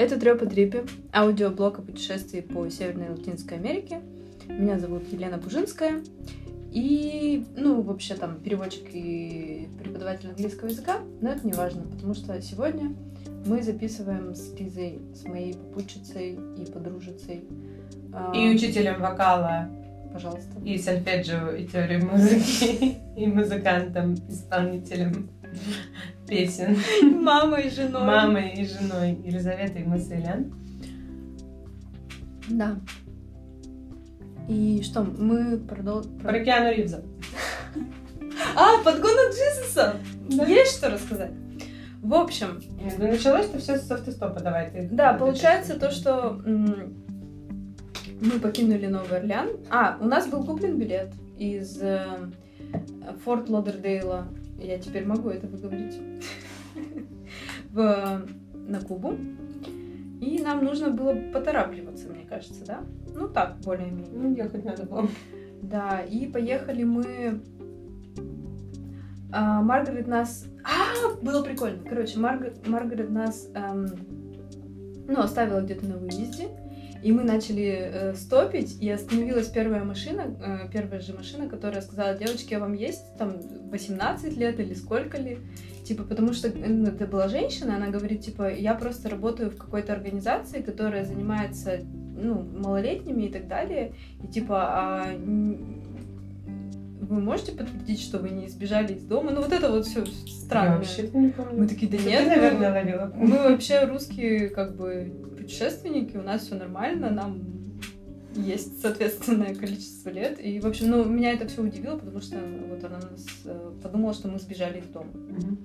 Это Трёпа-Трипи, аудиоблог о путешествии по Северной и Латинской Америке. Меня зовут Елена Пужинская. И, вообще там переводчик и преподаватель английского языка, но это не важно, потому что сегодня мы записываем с Лизой, с моей попутчицей и подружицей. И учителем вокала. Пожалуйста. И сольфеджио, и теории музыки, и музыкантом, исполнителем песен. Мамой и женой. Мамой и женой Елизаветой Мусылян. Да. И что, мы продолжим... Про Киану Ривза. Подгон от Джизуса! Да. Есть что рассказать? В общем... Началось-то все с автостопа, давай ты. Да, получается то, что мы покинули Новый Орлеан. У нас был куплен билет из Форт Лодердейла. Я теперь могу это выговорить. На Кубу. И нам нужно было поторапливаться, мне кажется, да? Так, более-менее. Ехать надо было. Да, и поехали мы... Маргарет нас... Было прикольно. Короче, Маргарет нас оставила где-то на выезде. И мы начали стопить, и остановилась первая же машина, которая сказала: девочки, а вам есть там 18 лет или сколько ли? Потому что это была женщина, она говорит, я просто работаю в какой-то организации, которая занимается, малолетними и так далее. И вы можете подтвердить, что вы не сбежали из дома? Вот это вот все странно. Я вообще-то не помню. Мы такие, да нет, ты, наверное, ловила. Мы вообще русские, путешественники, у нас все нормально, нам есть соответственное количество лет. И, в общем, меня это все удивило, потому что она нас подумала, что мы сбежали из дома.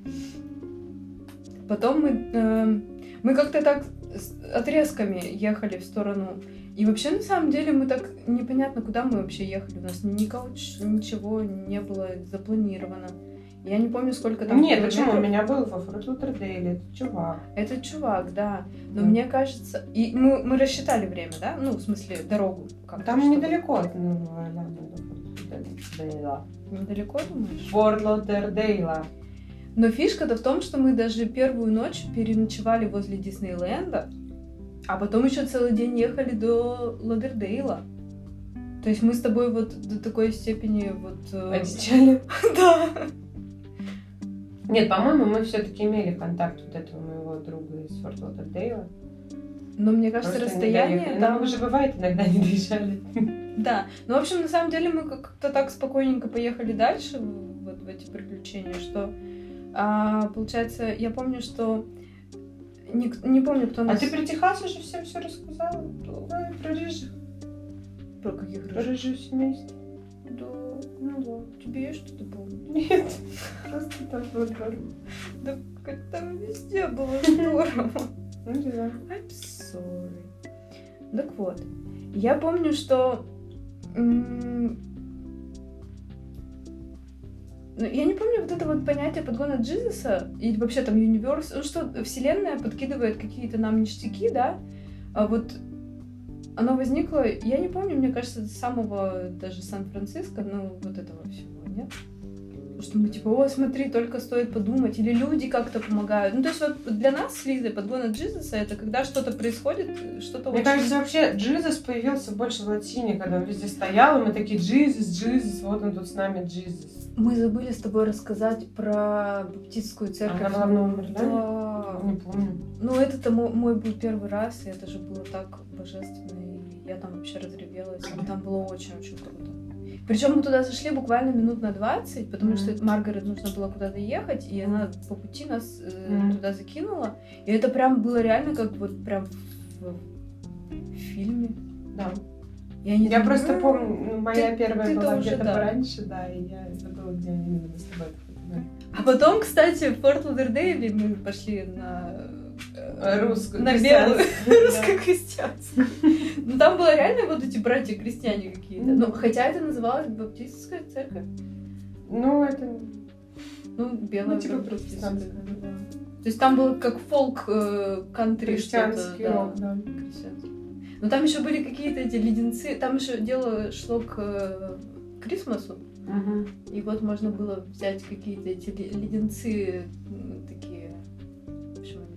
Потом мы как-то так отрезками ехали в сторону. И вообще, на самом деле, мы так непонятно, куда мы вообще ехали. У нас ничего не было запланировано. Я не помню, сколько там... Нет, почему? У меня был во Форт Лодердейле, это чувак. Это чувак, да. Но мне кажется... И мы рассчитали время, да? В смысле, дорогу. Там недалеко от Нового Орлеана до Форт Лодердейла. Недалеко, думаешь? Форт Лодердейла. Но фишка-то в том, что мы даже первую ночь переночевали возле Диснейленда, а потом еще целый день ехали до Лодердейла. То есть мы с тобой до такой степени одичали? Да. Нет, по-моему, мы все-таки имели контакт этого моего друга из Форт Лодердейла. Но мне кажется, просто расстояние там... Вы же, бывает, иногда не доезжали. Да. В общем, на самом деле мы как-то так спокойненько поехали дальше в эти приключения, что... получается, я помню, что... Не помню, кто нас... А ты про Техас уже всем все рассказала? Ой, про рыжих. Про каких рыжих? Про рыжих семейств. Да. Да. Тебе есть что-то помнить? Нет. Просто там было здорово. Да как там везде было здорово. Да. I'm sorry. Так вот. Я помню, что... Я не помню это понятие подгона Джизуса или вообще там Universe, что вселенная подкидывает какие-то нам ништяки, да? Оно возникло, я не помню, мне кажется, с самого даже Сан-Франциско, этого всего, нет? Потому что мы смотри, только стоит подумать, или люди как-то помогают. То есть для нас с Лизой подгон от Джизуса это когда что-то происходит, что-то Мне кажется, вообще Джизус появился больше в латине, когда он везде стоял, и мы такие: Джизус, вот он тут с нами, Джизус. Мы забыли с тобой рассказать про баптистскую церковь. Она была в Новом Орлеане? Да. Не помню. Это мой был первый раз, и это же было так божественно, и я там вообще разревелась. И там было очень-очень круто. Причем мы туда зашли буквально минут на 20, потому что Маргарет нужно было куда-то ехать, и она по пути нас туда закинула. И это прям было реально как прям в фильме. Да. Я просто помню, моя первая была где-то да. пораньше, да, и я забыла, где именно мы с тобой. А потом, кстати, в Форт Лодердейле мы пошли на русскую, на белую русско-христианскую. Там было реально эти братья-крестьяне какие-то. Хотя это называлось баптистская церковь. Это... белая протестантская. То есть там был как фолк-кантри христианский рок, да. Но там еще были какие-то эти леденцы. Там еще дело шло к Крисмасу. И можно было взять какие-то эти леденцы такие. В общем, они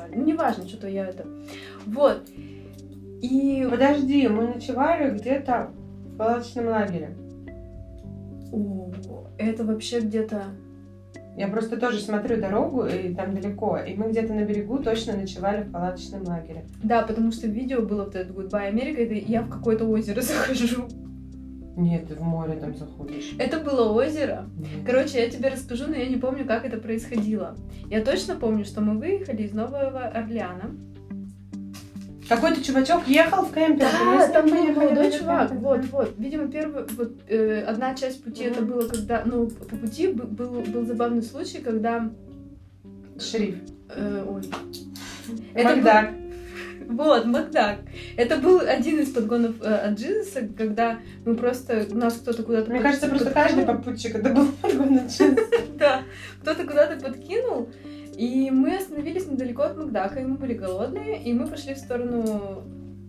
ночевали. Ну, неважно, что-то я это... Вот. И... Подожди, мы ночевали где-то в палаточном лагере. О, это вообще где-то... Я просто тоже смотрю дорогу, и там далеко. И мы где-то на берегу точно ночевали в палаточном лагере. Да, потому что видео было вот это Goodbye Америка, это я в какое-то озеро захожу. Нет, ты в море там заходишь. Это было озеро. Нет. Короче, я тебе расскажу, но я не помню, как это происходило. Я точно помню, что мы выехали из Нового Орлеана. Какой-то чувачок ехал в кемпинг. Да, там был молодой чувак. Вот. Видимо, одна часть пути это было, когда... Ну, по пути был забавный случай, когда... Шериф. Ой. Макдак. Вот, Макдак. Это был один из подгонов от Джизуса, когда мы просто... Нас кто-то куда-то... Мне кажется, просто каждый попутчик это был подгон от Джизуса. Да, кто-то куда-то подкинул, и мы остановились недалеко от Макдака, и мы были голодные, и мы пошли в сторону...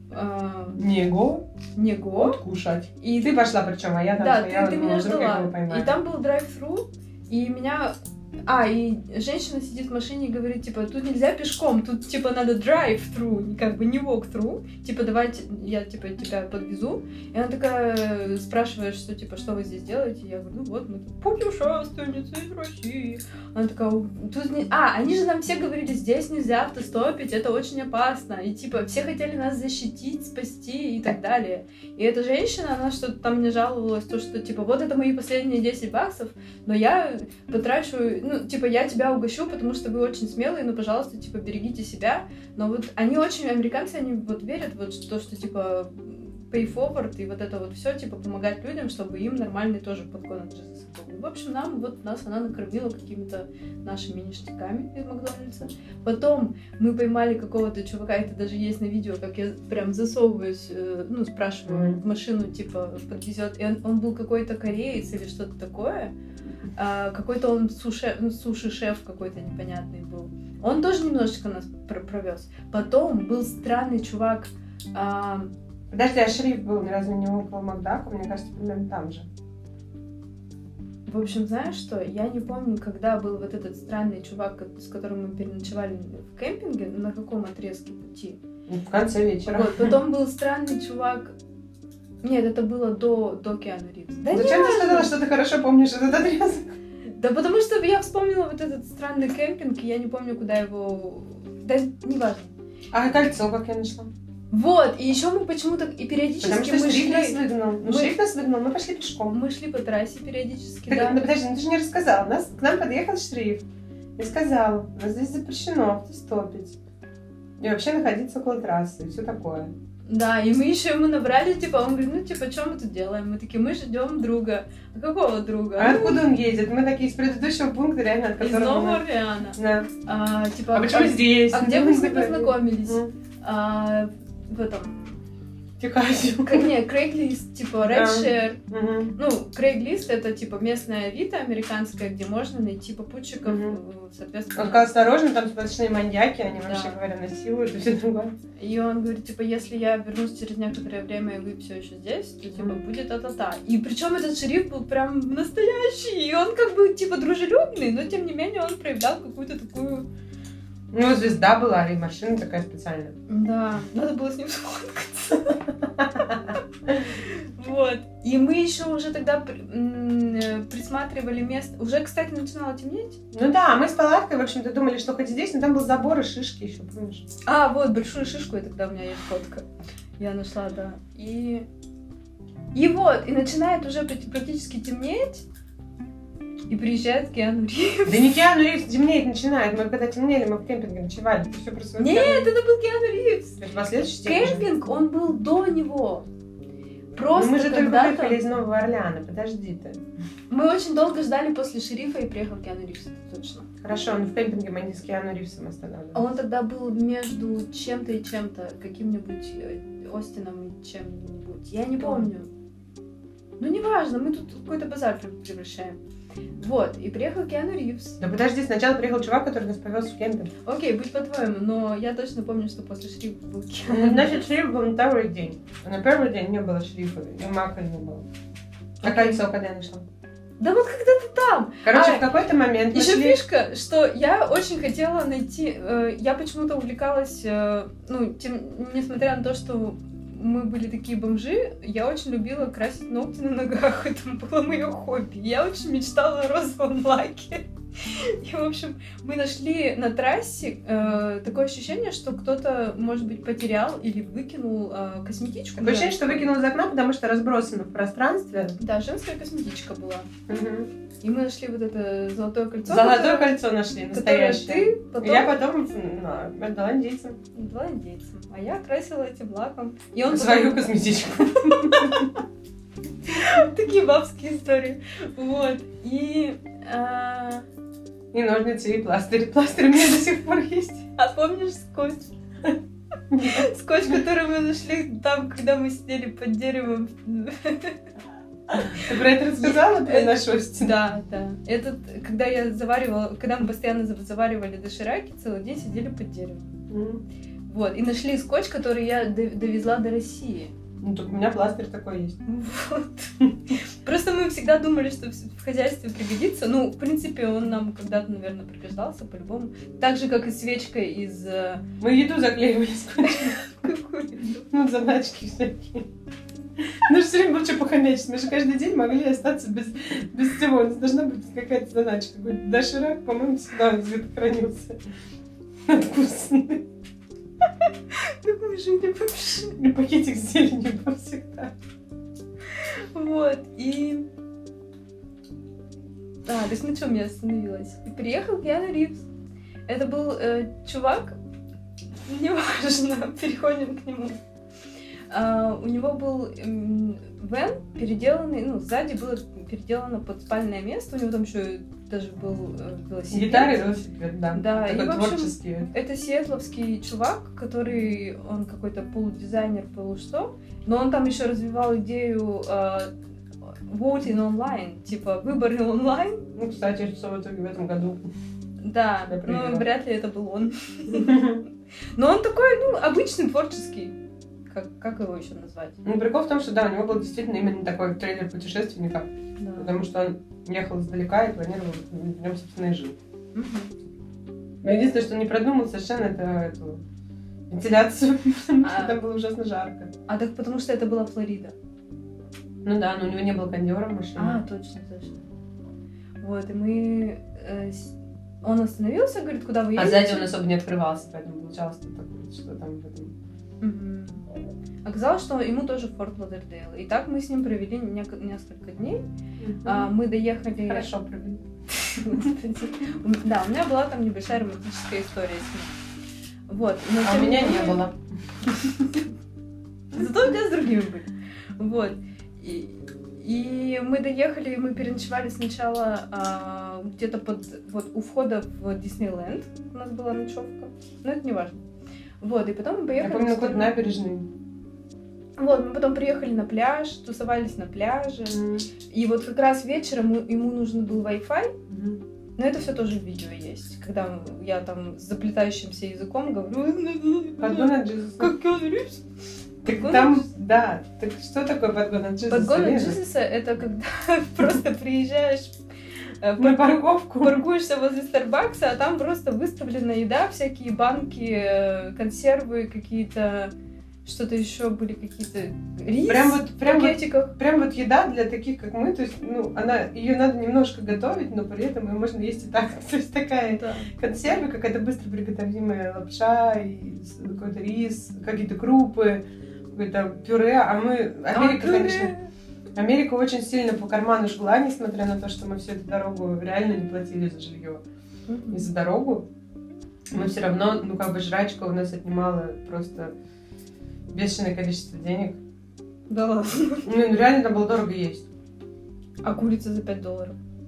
Него. Кушать. И ты пошла причем, а я там да, стояла, ты меня ждала. И там был драйв-тру, и меня... и женщина сидит в машине и говорит, типа, тут нельзя пешком, тут, типа, надо drive-thru, как бы не walk-thru. Типа, давайте я, типа, тебя подвезу. И она такая спрашивает, что, типа, что вы здесь делаете? Я говорю, ну вот, мы тут путешественницы из России. Она такая, тут не... они же нам все говорили, здесь нельзя автостопить, это очень опасно. И, типа, все хотели нас защитить, спасти и так далее. И эта женщина, она что-то там мне жаловалась, то, что, типа, вот это мои последние $10, но я потрачу... Ну, типа, я тебя угощу, потому что вы очень смелые, но, пожалуйста, типа, берегите себя. Но вот они очень, американцы, они вот верят вот в то, что, типа, pay forward и вот это вот все, типа, помогать людям, чтобы им нормальный тоже подгон от Джизуса был. В общем, нас она накормила какими-то нашими ништяками из Макдональдса. Потом мы поймали какого-то чувака, это даже есть на видео, как я прям засовываюсь, спрашиваю в машину, типа, подвезет. И он был какой-то кореец или что-то такое. Какой-то он суши-шеф какой-то непонятный был. Он тоже немножечко нас провез. Потом был странный чувак. Подожди, а шериф был разве не около Макдака? Мне кажется, примерно там же. В общем, знаешь что? Я не помню, когда был вот этот странный чувак, с которым мы переночевали в кемпинге, на каком отрезке пути. В конце вечера. Вот, потом был странный чувак. Нет, это было до Киану Ривз. Да зачем ты сказала, что ты хорошо помнишь этот отрезок? Да потому что я вспомнила вот этот странный кемпинг, и я не помню, куда его... Да, неважно. А кольцо как я нашла? Вот, и еще мы почему-то и периодически потому что шериф нас выгнал. Шериф нас выгнал, мы пошли пешком. Мы шли по трассе периодически, так, да. Ну подожди, ты же не рассказала. К нам подъехал шериф и сказал, у нас здесь запрещено автостопить. И вообще находиться около трассы, и все такое. Да, и мы еще ему набрали, типа, он говорит, что мы тут делаем? Мы такие, мы ждем друга. А какого друга? А откуда он едет? Мы такие из предыдущего пункта, реально, от которого... Из Нового Орлеана. Да. А почему здесь? А где мы с ним познакомились? В этом... Техасе. Не, Craigslist, типа, Redshare. Ну, Craigslist это, типа, местная Авито американская, где можно найти попутчиков, соответственно. Он сказал, осторожно, там сплошные маньяки, они вообще, говоря, насилуют и все другое. И он говорит, типа, если я вернусь через некоторое время, и вы все еще здесь, то, типа, будет та-та-та. И причем этот шериф был прям настоящий, и он, как бы, типа, дружелюбный, но, тем не менее, он проявлял какую-то такую... Ну, звезда была, и машина такая специальная. Да, надо было с ним сфоткаться. Вот. И мы еще уже тогда присматривали место. Уже, кстати, начинало темнеть. Ну да, мы с палаткой, в общем-то, думали, что хоть здесь, но там был забор и шишки еще, помнишь? Вот, большую шишку, и тогда у меня есть фотка. Я нашла, да. И вот, и начинает уже практически темнеть. И приезжает Киану Ривз. Да не Киану Ривз, темнеет начинает. Мы когда темнели, мы в кемпинге ночевали. Ты все просто... Нет, это был Киану Ривз. То есть последующий день. Кемпинг, он был до него. Просто мы же только когда-то... выехали из Нового Орлеана, подожди ты. Мы очень долго ждали после шерифа, и приехал Киану Ривз, это точно. Хорошо, но в кемпинге мы не с Киану Ривзом останавливались. Он тогда был между чем-то и чем-то, каким-нибудь Остином и чем-нибудь. Я не помню. Ну, неважно, мы тут какой-то базар превращаем. Вот, и приехал Киану Ривз. Да подожди, сначала приехал чувак, который нас повез в кемпинг. Окей, будь по-твоему, но я точно помню, что после шерифа был Киану. Значит, шериф был на второй день. А на первый день не было шерифа, и Мака не было. А кольцо когда я нашла? Да вот когда-то там. Короче, в какой-то момент Еще нашли... фишка, что я очень хотела найти... я почему-то увлекалась... несмотря на то, что мы были такие бомжи, я очень любила красить ногти на ногах. Это было мое хобби. Я очень мечтала о розовом лаке. И, в общем, мы нашли на трассе такое ощущение, что кто-то, может быть, потерял или выкинул косметичку. Такое ощущение, что выкинул из окна, потому что разбросано в пространстве. Да, женская косметичка была. Угу. И мы нашли вот это золотое кольцо. Золотое кольцо нашли, настоящее. Ты потом... Я потом отдала индейцам. Отдала индейцам. А я красила этим лаком. И он свою косметичку. Такие бабские истории. Вот. И ножницы, и пластырь. Пластырь у меня до сих пор есть. А помнишь скотч? Скотч, который мы нашли там, когда мы сидели под деревом. Ты про это рассказала при нашости? Да, да. Этот, когда я заваривала, когда мы постоянно заваривали дошираки, целый день сидели под деревом. Вот. И нашли скотч, который я довезла до России. Ну, так у меня пластырь такой есть. Вот. Просто мы всегда думали, что в хозяйстве пригодится. Ну, в принципе, он нам когда-то, наверное, пригождался по-любому. Так же, как и свечка из... Мы еду заклеивали скотчем. Какую еду? Ну, заначки всякие. Ну, же все время было что похомячить. Мы же каждый день могли остаться без всего. У нас должна быть какая-то заначка. Какой-то доширак, по-моему, всегда где-то хранился. Вкусный. Как мы жили вообще. И пакетик с зеленью был всегда. Вот, и... то есть на чем я остановилась? И приехал Киану Ривз. Это был чувак, неважно, переходим к нему. У него был вэн переделанный, ну, сзади было переделано под спальное место, у него там еще даже был велосипед. Гитара и велосипед, да. Да, такой и, в общем, творческий. это сиэтловский чувак, который, он какой-то полудизайнер, полушто, но он там еще развивал идею voting онлайн, типа выборы онлайн. Ну, кстати, что в итоге в этом году. Да, но вряд ли это был он. Но он такой, ну, обычный творческий. Как его еще назвать? Ну, прикол в том, что да, у него был действительно именно такой трейлер путешественника, да. Потому что он ехал издалека и планировал в нем, собственно, и жил. Угу. Единственное, что он не продумал совершенно, это эту вентиляцию, потому что там было ужасно жарко. Так потому что это была Флорида. Ну да, но у него не было кондера в машине. Точно. Вот, и мы... Он остановился, говорит, куда вы едете? А сзади он особо не открывался, поэтому получалось такое, что там в этом... Угу. Оказалось, что ему тоже Форт Лодердейл. И так мы с ним провели несколько дней. Мы доехали... Хорошо провели. Да, у меня была там небольшая романтическая история с ним. Вот. А у меня не было. Зато у тебя с другими были. Вот. И мы доехали, мы переночевали сначала где-то у входа в Диснейленд. У нас была ночевка. Но это не важно. Вот, и потом мы поехали... Я помню, какой-то набережный. Вот, мы потом приехали на пляж, тусовались на пляже. И вот как раз вечером ему нужен был Wi-Fi. Но это все тоже в видео есть. Когда я там с заплетающимся языком говорю... Подгон от Джизуса. Как Киану Ривз? Так там, да. Так что такое подгон от Джизуса? Подгон от Джизуса — это когда просто приезжаешь... На парковку. Паркуешься возле Старбакса, а там просто выставлена еда, всякие банки, консервы какие-то, что-то еще были какие-то, рис в пакетиках. Прям вот еда для таких, как мы, то есть, ну, ее надо немножко готовить, но при этом ее можно есть и так. То есть такая консерва, какая-то быстро приготовимая лапша, и какой-то рис, какие-то крупы, какое-то пюре, Америка, конечно... Америка очень сильно по карману жгла, несмотря на то, что мы всю эту дорогу реально не платили за жилье. И за дорогу мы все равно, жрачка у нас отнимала просто бешеное количество денег. Да ладно? Ну, реально там было дорого есть. А курица за $5?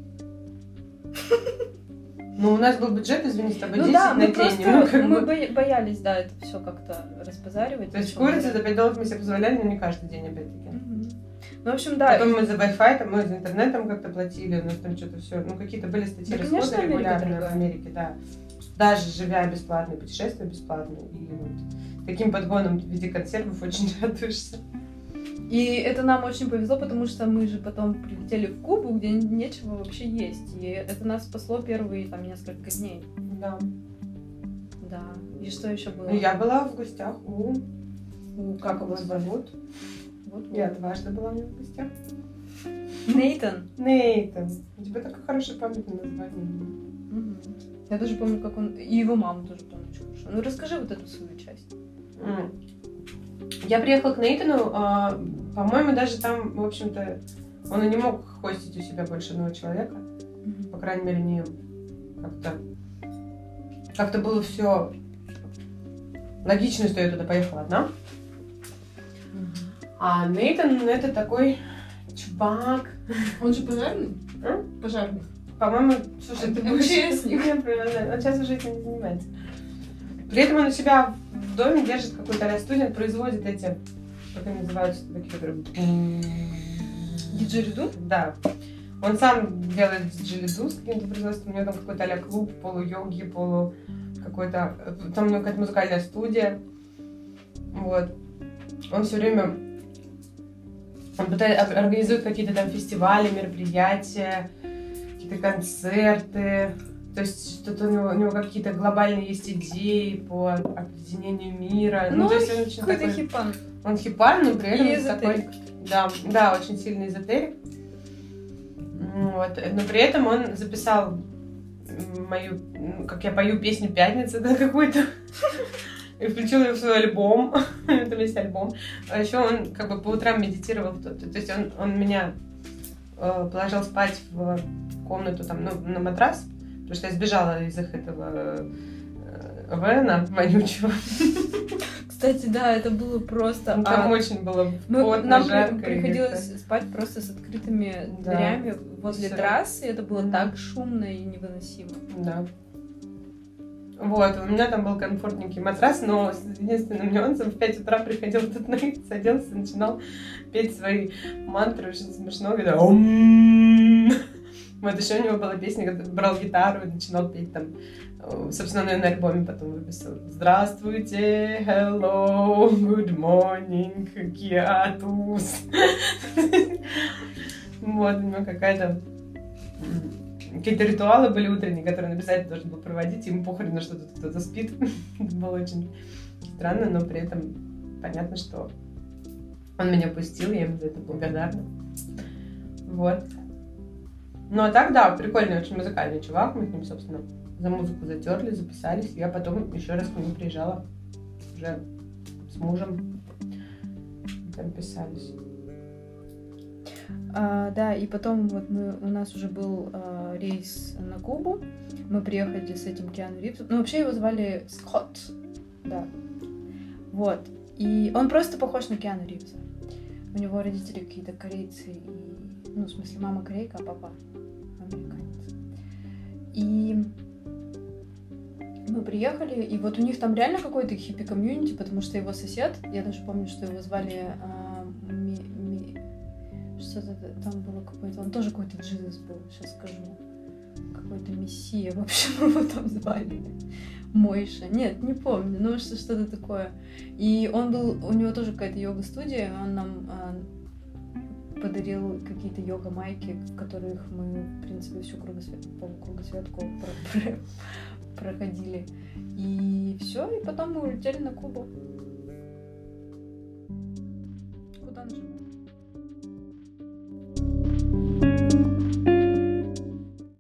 Ну, у нас был бюджет, извини, с тобой 10 да, на день. Мы боялись, да, это все как-то разбазаривать. То есть курицу за $5 мы себе позволяли, но не каждый день, опять-таки. Ну, в общем, да. Потом мы за Wi-Fi, мы за интернетом как-то платили, у нас там что-то все, какие-то были статьи расходы регулярные в Америке, да. Даже живя бесплатно, путешествуя бесплатно. И вот таким подгоном в виде консервов очень радуешься. И это нам очень повезло, потому что мы же потом прилетели в Кубу, где нечего вообще есть. И это нас спасло первые там несколько дней. Да. Да. И что еще было? Ну, я была в гостях у как его зовут? Вот. Я дважды была у него в гостях. Нейтан. Нейтан. У тебя такая хорошая память на название. Угу. Я даже помню, как он... И его маму тоже помню очень хорошо. Ну, расскажи вот эту свою часть. Я приехала к Нейтану, по-моему, даже там, в общем-то, он и не мог хостить у себя больше одного человека. По крайней мере, не как-то было все логично, что я туда поехала одна. А Нейтан это такой чувак. Он же пожарный? Пожарный. По-моему, слушай, ты будешь... Он сейчас уже этим не занимается. При этом он у себя в доме держит какой-то студент, производит эти, как они называются, такие, которые... Диджериду? Да. Он сам делает диджериду с каким-то производством. У него там какой-то а-ля клуб, полу-йоги, полу какой-то... Там у него какая-то музыкальная студия. Вот. Он все время... Он организует какие-то там фестивали, мероприятия, какие-то концерты. То есть что-то у него какие-то глобальные есть идеи по объединению мира. Ну то есть он очень какой-то такой... хипан. Он хипан, но при этом И эзотерик. Такой... Да, очень сильный эзотерик. Вот. Но при этом он записал мою... Как я пою песню «Пятница», да, какой-то. И включил ее в свой альбом. Там есть альбом. А еще он как бы по утрам медитировал. То есть он меня положил спать в комнату там, на матрас. Потому что я сбежала из их этого вэна вонючего. Кстати, да, это было просто... Ну, там очень было потно, нам жарко. приходилось спать просто с открытыми дверями возле трассы. Это было так шумно и невыносимо. Да. Вот, у меня там был комфортненький матрас, но с единственным нюансом в 5 утра приходил этот Нейт, садился и начинал петь свои мантры очень смешно, когда Вот еще у него была песня, когда брал гитару и начинал петь там, собственно, на альбоме потом выписал. Здравствуйте, hello, good morning, киатус. Вот, у него какие-то ритуалы были утренние, которые он обязательно должен был проводить, ему похрен на что тут кто-то спит. Это было очень странно, но при этом понятно, что он меня пустил, я ему за это благодарна. Вот. Ну а так, да, прикольный, очень музыкальный чувак, мы с ним, собственно, за музыку затерли, записались, я потом еще раз к нему приезжала, уже с мужем, там писались. Да, и потом вот у нас уже был рейс на Кубу, мы приехали с этим Киану Ривзом, ну вообще его звали Скотт, да, вот, и он просто похож на Киану Ривза, у него родители какие-то корейцы, и, ну в смысле мама корейка, а папа американец, и мы приехали, и вот у них там реально какой-то хиппи-комьюнити, потому что его сосед, я даже помню, что его звали что-то там было какое-то, он тоже какой-то джизус был, сейчас скажу, какой-то мессия, в общем, его там звали, Мойша, нет, не помню, но что-то такое, и он был, у него тоже какая-то йога-студия, он нам подарил какие-то йога-майки, в которых мы, в принципе, всю кругосветку проходили, и все, и потом мы улетели на Кубу. Куда нажимать?